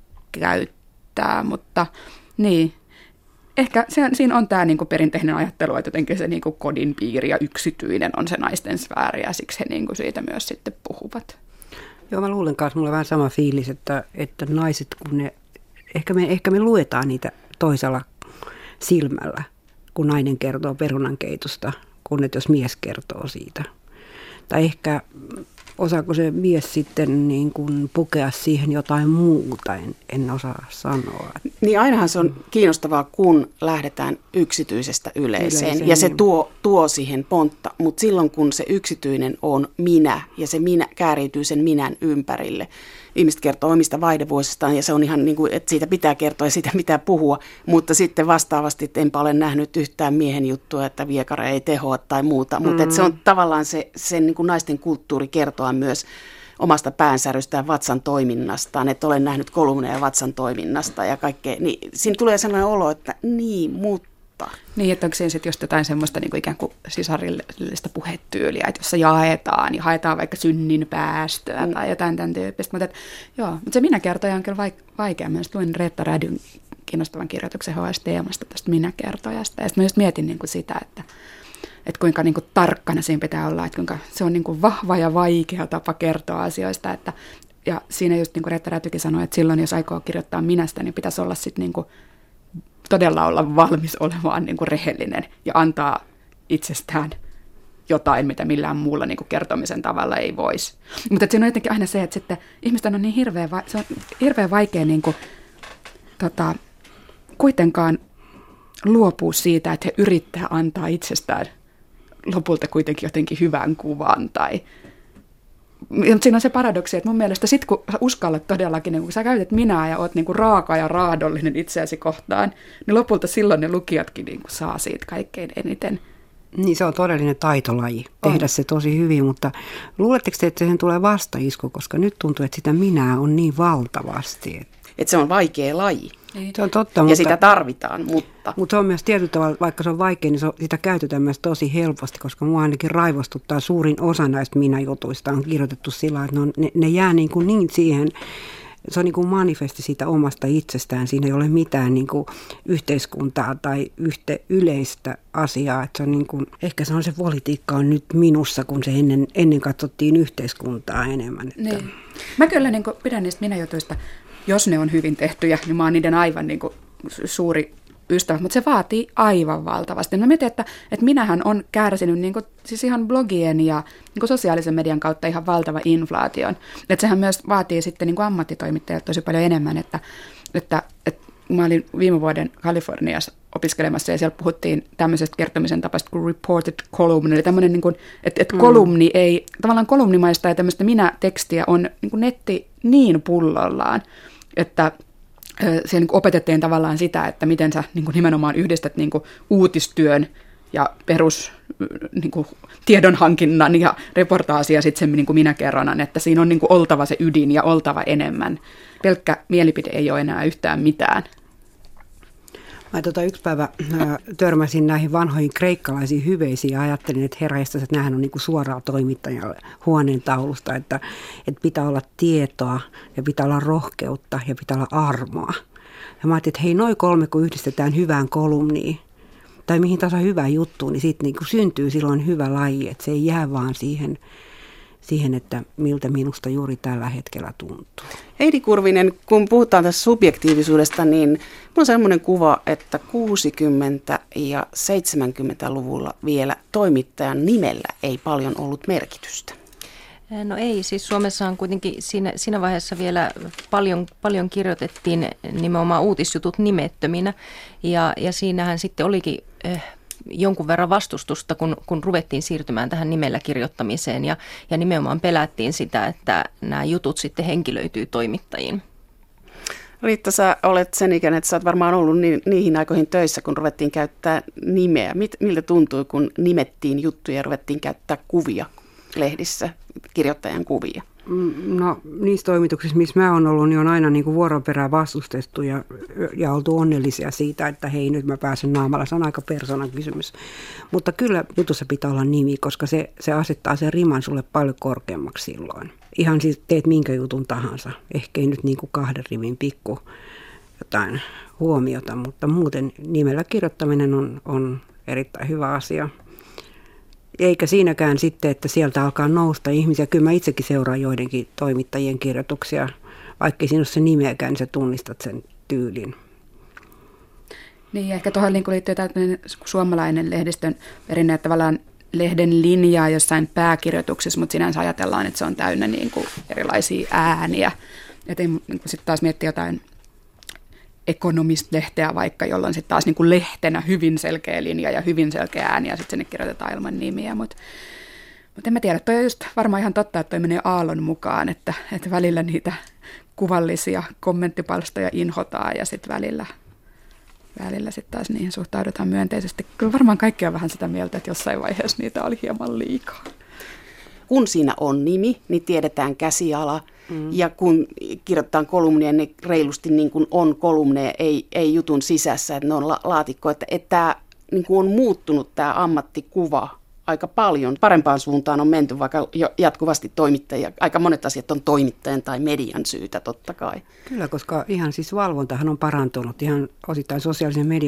käyttää, mutta niin. Ehkä se, siinä on tämä niinku perinteinen ajattelu, että jotenkin se niinku kodin piiri ja yksityinen on se naisten sfääri ja siksi he niinku siitä myös sitten puhuvat. Joo, mä luulen kanssa, mulla on vähän sama fiilis, että, että naiset, kun ne, ehkä me, ehkä me luetaan niitä toisella silmällä, kun nainen kertoo perunankeitosta, kun että jos mies kertoo siitä. Tai ehkä osaako se mies sitten niin kuin pukea siihen jotain muuta, en, en osaa sanoa. Niin ainahan se on kiinnostavaa, kun lähdetään yksityisestä yleiseen, yleiseen ja se tuo, tuo siihen pontta, mutta silloin kun se yksityinen on minä ja se minä kääriytyy sen minän ympärille. Ihmiset kertoo omista vaihdevuosistaan ja se on ihan niin kuin, että siitä pitää kertoa ja siitä pitää puhua, mutta sitten vastaavasti, että enpä ole nähnyt yhtään miehen juttua, että viekare ei tehoa tai muuta, mutta mm. se on tavallaan se sen niin kuin naisten kulttuuri kertoa myös omasta päänsärystään vatsan toiminnastaan, että olen nähnyt kolumneja vatsan toiminnasta ja kaikkea, niin siinä tulee sellainen olo, että niin, mutta. Niin, että onko siinä sitten just jotain semmoista niin kuin ikään kuin sisarillista puhetyyliä, että jossa jaetaan ja haetaan vaikka synnin päästöä mm. tai jotain tämän tyyppistä. Mutta, että, joo, mutta se minäkertoja on kyllä vaikea. Mä luin Reetta Rädyn kiinnostavan kirjoituksen H S Teemasta tästä minäkertojasta. Ja sitten mä just mietin niin kuin sitä, että että kuinka niin kuin tarkkana siinä pitää olla, että kuinka se on niin kuin vahva ja vaikea tapa kertoa asioista. Että, ja siinä just niin kuin Reetta Rätykin sanoi, että silloin jos aikoo kirjoittaa minästä, niin pitäisi olla sitten niin kuin todella olla valmis olemaan niin kuin rehellinen ja antaa itsestään jotain, mitä millään muulla niin kuin kertomisen tavalla ei voisi. Mutta siinä on jotenkin aina se, että sitten ihmisten on niin hirveän, va- se on hirveän vaikea niin kuin, tota, kuitenkaan luopua siitä, että he yrittää antaa itsestään lopulta kuitenkin jotenkin hyvän kuvan. Tai siinä on se paradoksi, että mun mielestä sit kun sä uskallat todellakin, niin kun sä käytät minää ja oot niin kuin raaka ja raadollinen itseäsi kohtaan, niin lopulta silloin ne lukijatkin niin kuin saa siitä kaikkein eniten. Niin se on todellinen taitolaji, tehdä on se tosi hyvin, mutta luuletteko te, että sen tulee vastaisku, koska nyt tuntuu, että sitä minää on niin valtavasti. Että se on vaikea laji. Se on totta, ja mutta, sitä tarvitaan, mutta... Mutta se on myös tietyllä tavalla, vaikka se on vaikea, niin se on, sitä käytetään myös tosi helposti, koska mua ainakin raivostuttaa suurin osa näistä minä-jutuista on kirjoitettu sillä, että ne, on, ne, ne jää niin, kuin niin siihen, se on niin kuin manifesti siitä omasta itsestään, siinä ei ole mitään niin kuin yhteiskuntaa tai yhte, yleistä asiaa, että se on niin kuin, ehkä se on se politiikka on nyt minussa, kun se ennen, ennen katsottiin yhteiskuntaa enemmän. Että. Niin. Mä kyllä niin kuin pidän niistä minä-jutuista. Jos ne on hyvin tehtyjä, niin mä oon niiden aivan niin kuin suuri ystävä, mutta se vaatii aivan valtavasti. Mä mietin, että, että minähän on kärsinyt niin kuin, siis ihan blogien ja niin kuin sosiaalisen median kautta ihan valtava inflaation. Että sehän myös vaatii sitten niin kuin ammattitoimittajat tosi paljon enemmän, että, että, että mä olin viime vuoden Kaliforniassa opiskelemassa ja siellä puhuttiin tämmöisestä kertomisen tapasta kuin reported column, eli tämmöinen, niin kuin, että, että mm. kolumni ei, tavallaan kolumnimaista ja tämmöistä minä-tekstiä on niin kuin netti niin pullollaan, että siellä niin opetettiin tavallaan sitä, että miten sä niin kuin nimenomaan yhdistät niin kuin uutistyön ja perus niin kuin tiedonhankinnan ja reportaasia ja sitten sen niin kuin minä kerronan, että siinä on niin kuin oltava se ydin ja oltava enemmän. Pelkkä mielipide ei ole enää yhtään mitään. Mä tota yksi päivä ää, törmäsin näihin vanhoihin kreikkalaisiin hyveisiin ja ajattelin, että herrajestas, että näähän on niin kuin suoraan toimittajalle huoneen taulusta, että, että pitää olla tietoa ja pitää olla rohkeutta ja pitää olla armoa. Ja mä ajattelin, että hei, noi kolme kun yhdistetään hyvään kolumniin tai mihin tahansa hyvään juttuun, niin siitä niin kuin syntyy silloin hyvä laji, että se ei jää vaan siihen, siihen, että miltä minusta juuri tällä hetkellä tuntuu. Heidi Kurvinen, kun puhutaan tästä subjektiivisuudesta, niin minulla on sellainen kuva, että kuusikymmentä- ja seitsemänkymmentäluvulla vielä toimittajan nimellä ei paljon ollut merkitystä. No ei, siis Suomessa on kuitenkin siinä, siinä vaiheessa vielä paljon, paljon kirjoitettiin nimenomaan uutisjutut nimettöminä ja, ja siinähän sitten olikin äh, jonkun verran vastustusta, kun, kun ruvettiin siirtymään tähän nimellä kirjoittamiseen ja, ja nimenomaan pelättiin sitä, että nämä jutut sitten henkilöityy toimittajiin. Riitta, sä olet sen ikäinen, että sä oot varmaan ollut ni, niihin aikoihin töissä, kun ruvettiin käyttää nimeä. Mit, miltä tuntui, kun nimettiin juttuja ja ruvettiin käyttää kuvia lehdissä, kirjoittajan kuvia? No niissä toimituksissa, missä mä oon ollut, niin on aina niin kuin vuoroperään vastustettu ja, ja oltu onnellisia siitä, että hei, nyt mä pääsen naamalla. Se on aika persoonan kysymys. Mutta kyllä jutussa pitää olla nimi, koska se, se asettaa sen riman sulle paljon korkeammaksi silloin. Ihan siis teet minkä jutun tahansa. Ehkä ei nyt niin kuin kahden rivin pikku jotain huomiota, mutta muuten nimellä kirjoittaminen on, on erittäin hyvä asia. Eikä siinäkään sitten, että sieltä alkaa nousta ihmisiä. Kyllä mä itsekin seuraan joidenkin toimittajien kirjoituksia. Vaikka ei siinä ole se nimeäkään, niin sä tunnistat sen tyylin. Niin, ehkä tuohon liittyy tämmöinen suomalainen lehdistön perinne, että tavallaan lehden linjaa jossain pääkirjoituksessa, mutta sinänsä ajatellaan, että se on täynnä niin kuin erilaisia ääniä. Ja niin sitten taas miettii jotain Economist-lehteä vaikka, jolloin sitten taas niin kuin lehtenä hyvin selkeä linja ja hyvin selkeä ääni ja sitten sinne kirjoitetaan ilman nimiä. Mutta mut en mä tiedä, toi on just varmaan ihan totta, että toi menee aallon mukaan, että, että välillä niitä kuvallisia kommenttipalstoja inhotaan ja sitten välillä, välillä sitten taas niihin suhtaudutaan myönteisesti. Kyllä varmaan kaikki on vähän sitä mieltä, että jossain vaiheessa niitä oli hieman liikaa. Kun siinä on nimi, niin tiedetään käsiala. Mm. Ja kun kirjoitetaan kolumnia, niin reilusti niin kuin on kolumneja, ei, ei jutun sisässä, että ne on la- laatikko. Että, että tämä niin kuin on muuttunut tämä ammattikuva aika paljon. Parempaan suuntaan on menty, vaikka jatkuvasti toimittajia. Aika monet asiat on toimittajan tai median syytä totta kai. Kyllä, koska ihan siis valvontahan on parantunut. Ihan osittain sosiaalisen median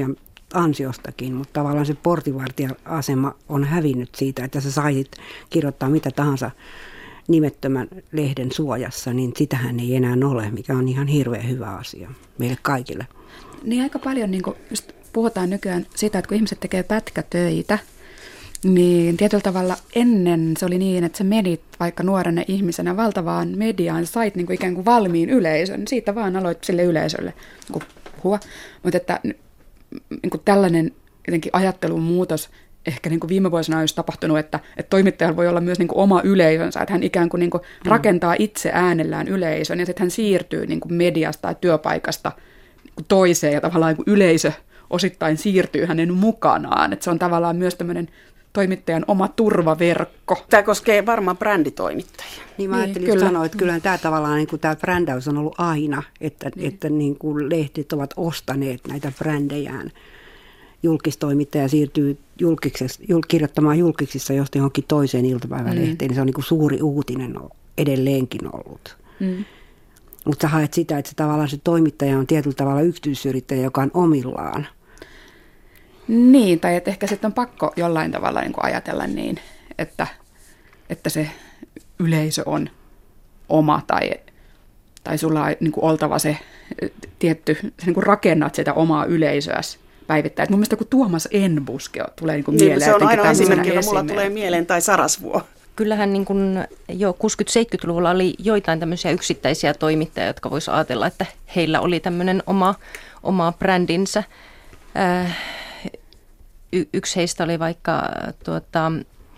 omasta ansiostakin, mutta tavallaan se portinvartija-asema on hävinnyt siitä, että sä saisit kirjoittaa mitä tahansa nimettömän lehden suojassa, niin sitähän ei enää ole, mikä on ihan hirveän hyvä asia meille kaikille. Niin aika paljon niin just puhutaan nykyään siitä, että kun ihmiset tekee pätkätöitä, niin tietyllä tavalla ennen se oli niin, että sä menit vaikka nuorena ihmisenä valtavaan mediaan, sait niin kuin ikään kuin valmiin yleisön, siitä vaan aloit sille yleisölle niin puhua. Mutta että niin kuin tällainen jotenkin ajattelun muutos ehkä niin kuin viime vuosina olisi tapahtunut, että, että toimittajalla voi olla myös niin kuin oma yleisönsä, että hän ikään kuin, niin kuin mm. rakentaa itse äänellään yleisön ja sitten hän siirtyy niin kuin mediasta tai työpaikasta niin kuin toiseen ja tavallaan niin kuin yleisö osittain siirtyy hänen mukanaan. Että se on tavallaan myös tämmöinen toimittajan oma turvaverkko. Tämä koskee varmaan bränditoimittajia. Niin mä niin, ajattelin kyllä. sanoa, että kyllähän tämä tavallaan, niin kuin tämä brändäys on ollut aina, että, niin. että niin kuin lehtit ovat ostaneet näitä brändejään. Julkistoimittaja siirtyy jul, kirjoittamaan julkiksissa josta johonkin toiseen iltapäivälehteen, mm. niin se on niin kuin suuri uutinen edelleenkin ollut. Mm. Mutta sä haet sitä, että se tavallaan se toimittaja on tietyllä tavalla yksityisyrittäjä, joka on omillaan. Niin, tai että ehkä sitten on pakko jollain tavalla niin kuin ajatella niin, että, että se yleisö on oma tai, tai sulla on niin kuin oltava se tietty, sä niin kuin rakennat sitä omaa yleisöäsi päivittäin. Et mun mielestä kun Tuomas Enbuske tulee niin kuin niin, mieleen. Se on aina esimerkki, joka mulla tulee mieleen, tai Sarasvuo. Kyllähän niin kuin jo kuusikymmentä-seitsemänkymmentäluvulla oli joitain tämmöisiä yksittäisiä toimittajia, jotka voisi ajatella, että heillä oli tämmöinen oma, oma brändinsä. Äh, y- yksi heistä oli vaikka tuota,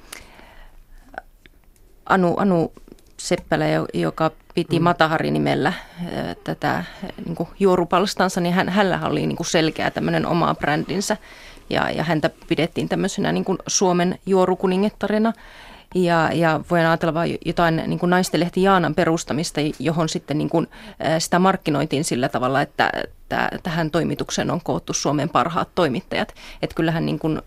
Anu, Anu Seppälä, joka piti mm. Matahari-nimellä äh, tätä niin kuin juorupalstansa, niin hän, hänellä oli niin kuin selkeä tämmöinen oma brändinsä. Ja, ja häntä pidettiin tämmöisenä niin kuin Suomen juorukuningettarina. Ja, ja voidaan ajatella vain jotain niin kuin naistenlehti Jaanan perustamista, johon sitten niin kuin, sitä markkinoitiin sillä tavalla, että, että tähän toimitukseen on koottu Suomen parhaat toimittajat. Että kyllähän niin kuin,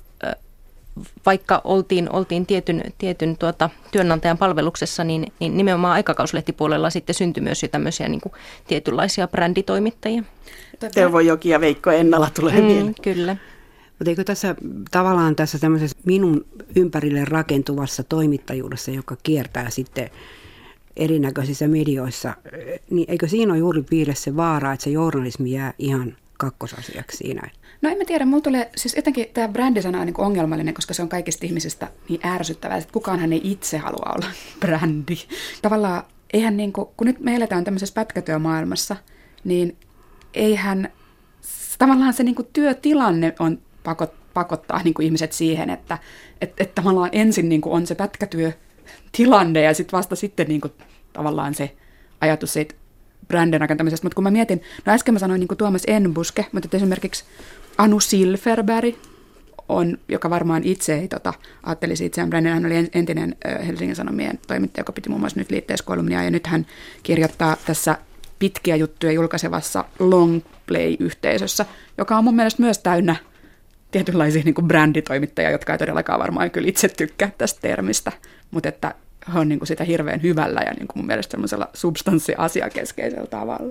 vaikka oltiin, oltiin tietyn, tietyn tuota, työnantajan palveluksessa, niin, niin nimenomaan aikakauslehtipuolella sitten syntyi myös jo tämmöisiä niin kuin tietynlaisia bränditoimittajia. Teuvo Joki ja Veikko Ennala tulee mm, mieleen. Kyllä. Mutta eikö tässä tavallaan tässä tämmöisessä minun ympärille rakentuvassa toimittajuudessa, joka kiertää sitten erinäköisissä medioissa, niin eikö siinä ole juuri piilessä se vaara, että se journalismi jää ihan kakkosasiaksi siinä? No en mä tiedä, mulla tulee, siis jotenkin tämä brändisana on niin kuin ongelmallinen, koska se on kaikista ihmisistä niin ärsyttävää, että kukaanhan ei itse halua olla brändi. Tavallaan eihän niin kuin, kun nyt me eletään tämmöisessä pätkätyömaailmassa, niin eihän tavallaan se niin kuin työtilanne on pakot, pakottaa niin kuin ihmiset siihen, että et, et tavallaan ensin niin kuin on se pätkätyötilanne ja sitten vasta sitten niin kuin tavallaan se ajatus siitä brändin rakentamisesta. Mutta kun mä mietin, no äsken mä sanoin niin kuin Tuomas Enbuske, mutta esimerkiksi Anu Silverberg, on, joka varmaan itse ei tota, ajattelisi itseään brändin. Hän oli entinen Helsingin Sanomien toimittaja, joka piti muun muassa nyt liitteiskolumnia, ja nyt hän kirjoittaa tässä pitkiä juttuja julkaisevassa Longplay-yhteisössä, joka on mun mielestä myös täynnä tietynlaisia niin kuin bränditoimittajia, jotka ei todellakaan varmaan kyllä itse tykkää tästä termistä, mutta että he on niin kuin sitä hirveän hyvällä ja niin kuin mun mielestä semmoisella substanssiasiakeskeisellä tavalla.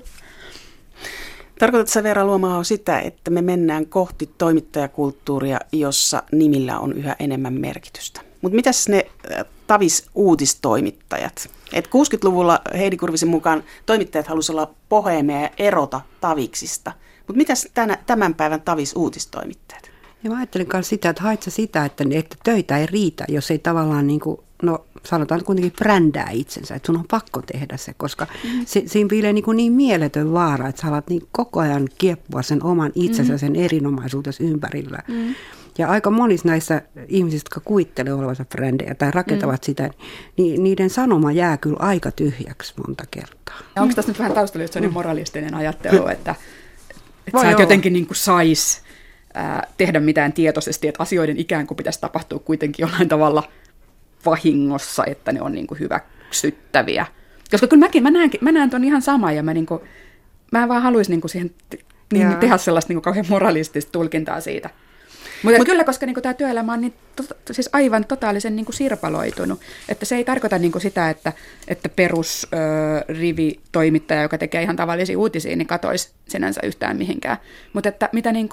Tarkoitatko sä, Veera Luomaho, sitä, että me mennään kohti toimittajakulttuuria, jossa nimillä on yhä enemmän merkitystä? Mutta mitäs ne tavis-uutistoimittajat? Et kuusikymmentäluvulla Heidi Kurvisen mukaan toimittajat halusivat olla boheemeja ja erota taviksista. Mutta mitäs tänä, tämän päivän tavis-uutistoimittajat? Ja mä ajattelin myös sitä, että haet sä sitä, että, että töitä ei riitä, jos ei tavallaan niin kuin, no sanotaan kuitenkin brändää itsensä, että sun on pakko tehdä se, koska mm. se, siinä piilee niin, niin mieletön vaara, että sä alat niin koko ajan kieppua sen oman itsensä, mm. sen erinomaisuutesi ympärillä. Mm. Ja aika monissa näissä ihmisistä, jotka kuvittelee olevansa brändejä tai rakentavat mm. sitä, niin niiden sanoma jää kyllä aika tyhjäksi monta kertaa. Ja onko tässä nyt vähän taustalla just sellainen moralistinen ajattelu, että, että sä et jotenkin niin kuin sais ää, tehdä mitään tietoisesti, että asioiden ikään kuin pitäisi tapahtua kuitenkin jollain tavalla vahingossa, että ne on niin kuin hyväksyttäviä. Koska kyllä mäkin, mä näen, mä näen ton ihan sama ja mä, niin kuin, mä en vaan haluaisi niin kuin siihen niin, tehdä sellaista niin kuin kauhean moralistista tulkintaa siitä. Mutta Mut, kyllä, koska niin tämä työelämä on niin, to, siis aivan totaalisen niin kuin sirpaloitunut, että se ei tarkoita niin kuin sitä, että, että perusrivitoimittaja, joka tekee ihan tavallisia uutisia, niin katoisi sinänsä yhtään mihinkään. Mutta että mitä niin kuin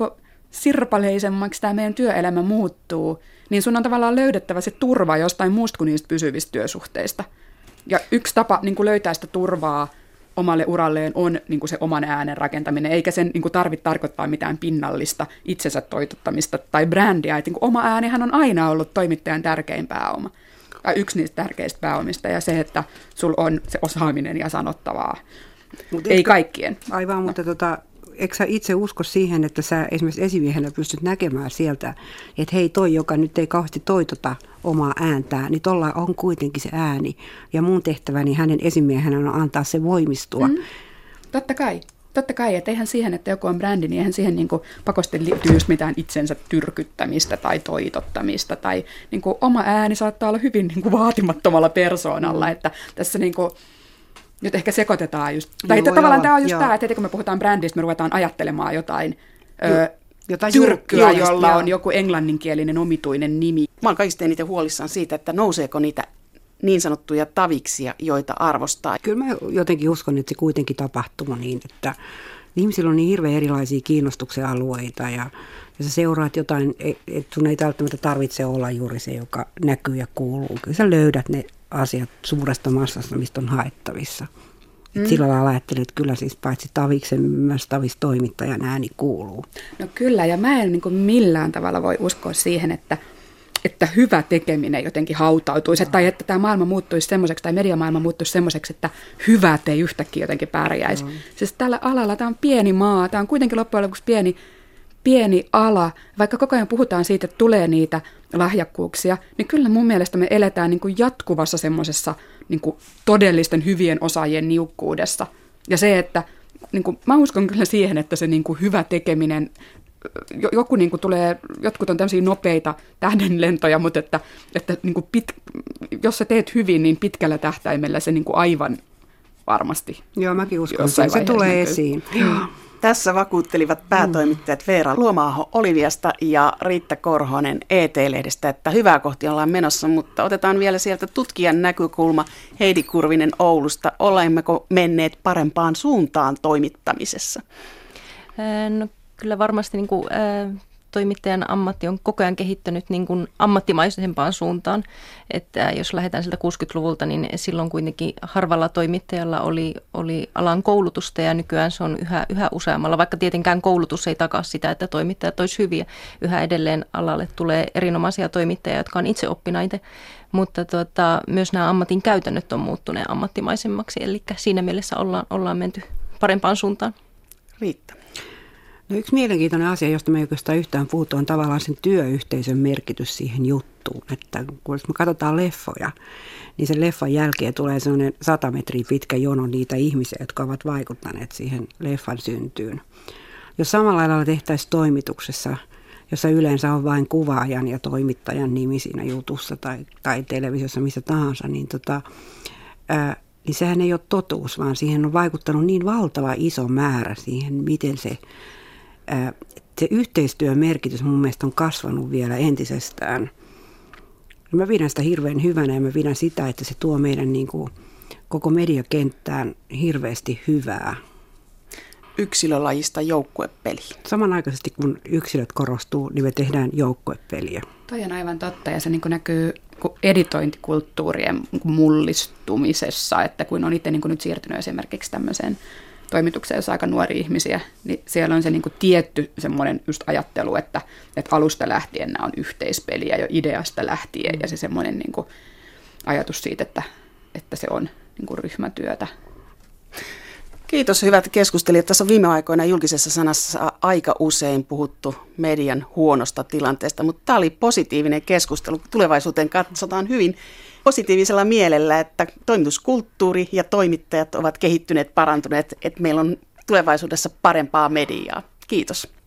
sirpaleisemmaksi tämä meidän työelämä muuttuu, niin sun on tavallaan löydettävä se turva jostain muusta kuin niistä pysyvistä työsuhteista. Ja yksi tapa niin kuin löytää sitä turvaa omalle uralleen on niin kuin se oman äänen rakentaminen, eikä sen niin kuin tarvitse tarkoittaa mitään pinnallista itsensä toitottamista tai brändiä. Et, niin kuin oma äänihän on aina ollut toimittajan tärkein pääoma, ja yksi niistä tärkeistä pääomista, ja se, että sulla on se osaaminen ja sanottavaa. Mut ei kaikkien. Aivan, no. Mutta tota, eikö sä itse usko siihen, että sä esimerkiksi esimiehenä pystyt näkemään sieltä, että hei toi, joka nyt ei kauheasti toitota omaa ääntään, niin tuolla on kuitenkin se ääni. Ja mun tehtäväni hänen esimiehenä on antaa se voimistua. Mm. Totta kai. Totta kai, että eihän siihen, että joku on brändi, niin eihän siihen niin kuin pakosti liittyy just mitään itsensä tyrkyttämistä tai toitottamista. Tai niin kuin oma ääni saattaa olla hyvin niin kuin vaatimattomalla persoonalla, mm. että tässä niin kuin nyt ehkä sekoitetaan just, tai joo, tavallaan joo, tämä on just joo. tämä, että heti kun me puhutaan brändistä, me ruvetaan ajattelemaan jotain, jo, ö, jotain tyrkkyä, jolla joo. on joku englanninkielinen omituinen nimi. Mä oon kaikista eniten huolissaan siitä, että nouseeko niitä niin sanottuja taviksia, joita arvostaa. Kyllä mä jotenkin uskon, että se kuitenkin tapahtuu niin, että ihmisillä on niin hirveän erilaisia kiinnostuksen alueita ja, ja sä seuraat jotain, että sun ei välttämättä tarvitse olla juuri se, joka näkyy ja kuuluu. Kyllä sä löydät ne asiat suuresta massasta, mistä on haettavissa. Mm. Sillä lailla ajattelin, että kyllä siis paitsi taviksen, myös tavistoimittajan ääni kuuluu. No kyllä, ja mä en niin kuin millään tavalla voi uskoa siihen, että, että hyvä tekeminen jotenkin hautautuisi, no. tai että tämä maailma muuttuisi semmoiseksi, tai mediamaailma muuttuisi semmoiseksi, että hyvät ei yhtäkkiä jotenkin pärjäisi. No. Siis tällä alalla tämä on pieni maa, tämä on kuitenkin loppujen lopuksi pieni, pieni ala, vaikka koko ajan puhutaan siitä, että tulee niitä lahjakkuuksia, niin kyllä mun mielestä me eletään niin kuin jatkuvassa semmoisessa niin kuin todellisten hyvien osaajien niukkuudessa. Ja se, että niin kuin, mä uskon kyllä siihen, että se niin kuin hyvä tekeminen, joku niin kuin tulee, jotkut on tämmöisiä nopeita tähdenlentoja, mutta että, että niin kuin pit, jos sä teet hyvin, niin pitkällä tähtäimellä se niin kuin aivan varmasti. Joo, mäkin uskon, että se tulee näkyy. Esiin. Tässä vakuuttelivat päätoimittajat Veera Luomaaho Oliviasta ja Riitta Korhonen E T-lehdestä, että hyvää kohti ollaan menossa, mutta otetaan vielä sieltä tutkijan näkökulma Heidi Kurvinen Oulusta. Olemmeko menneet parempaan suuntaan toimittamisessa? No, kyllä varmasti niin kuin, äh, toimittajan ammatti on koko ajan kehittynyt niin kuin ammattimaisempaan suuntaan. Että jos lähdetään sieltä kuusikymmentäluvulta, niin silloin kuitenkin harvalla toimittajalla oli, oli alan koulutusta ja nykyään se on yhä, yhä useammalla, vaikka tietenkään koulutus ei takaa sitä, että toimittajat olisi hyviä. Yhä edelleen alalle tulee erinomaisia toimittajia, jotka on itse oppineita, mutta tuota, myös nämä ammatin käytännöt on muuttuneet ammattimaisemmaksi, eli siinä mielessä ollaan, ollaan menty parempaan suuntaan. Riitta. No yksi mielenkiintoinen asia, josta me ei oikeastaan yhtään puhuttu, on tavallaan sen työyhteisön merkitys siihen juttuun. Että kun me katsotaan leffoja, niin sen leffan jälkeen tulee sellainen sata metriä pitkä jono niitä ihmisiä, jotka ovat vaikuttaneet siihen leffan syntyyn. Jos samalla lailla tehtäisiin toimituksessa, jossa yleensä on vain kuvaajan ja toimittajan nimi siinä jutussa tai, tai televisiossa, missä tahansa, niin, tota, ää, niin sehän ei ole totuus, vaan siihen on vaikuttanut niin valtava iso määrä siihen, miten se... Se yhteistyön merkitys mun mielestä on kasvanut vielä entisestään. Mä pidän sitä hirveän hyvänä ja mä pidän sitä, että se tuo meidän niin kuin koko mediakenttään hirveästi hyvää. Yksilölajista joukkuepeli. Samanaikaisesti kun yksilöt korostuu, niin me tehdään joukkuepeliä. Toi on aivan totta ja se niin kuin näkyy editointikulttuurien mullistumisessa, että kun on itse niin kuin nyt siirtynyt esimerkiksi tämmöiseen toimitukseen, jossa on aika nuoria ihmisiä, niin siellä on se niin kuin tietty semmoinen just ajattelu, että, että alusta lähtien nämä on yhteispeliä jo ideasta lähtien ja se semmoinen niin kuin ajatus siitä, että, että se on niin kuin ryhmätyötä. Kiitos hyvät keskustelijat. Tässä on viime aikoina julkisessa sanassa aika usein puhuttu median huonosta tilanteesta, mutta tämä oli positiivinen keskustelu. Tulevaisuuteen katsotaan hyvin positiivisella mielellä, että toimituskulttuuri ja toimittajat ovat kehittyneet, parantuneet, että meillä on tulevaisuudessa parempaa mediaa. Kiitos.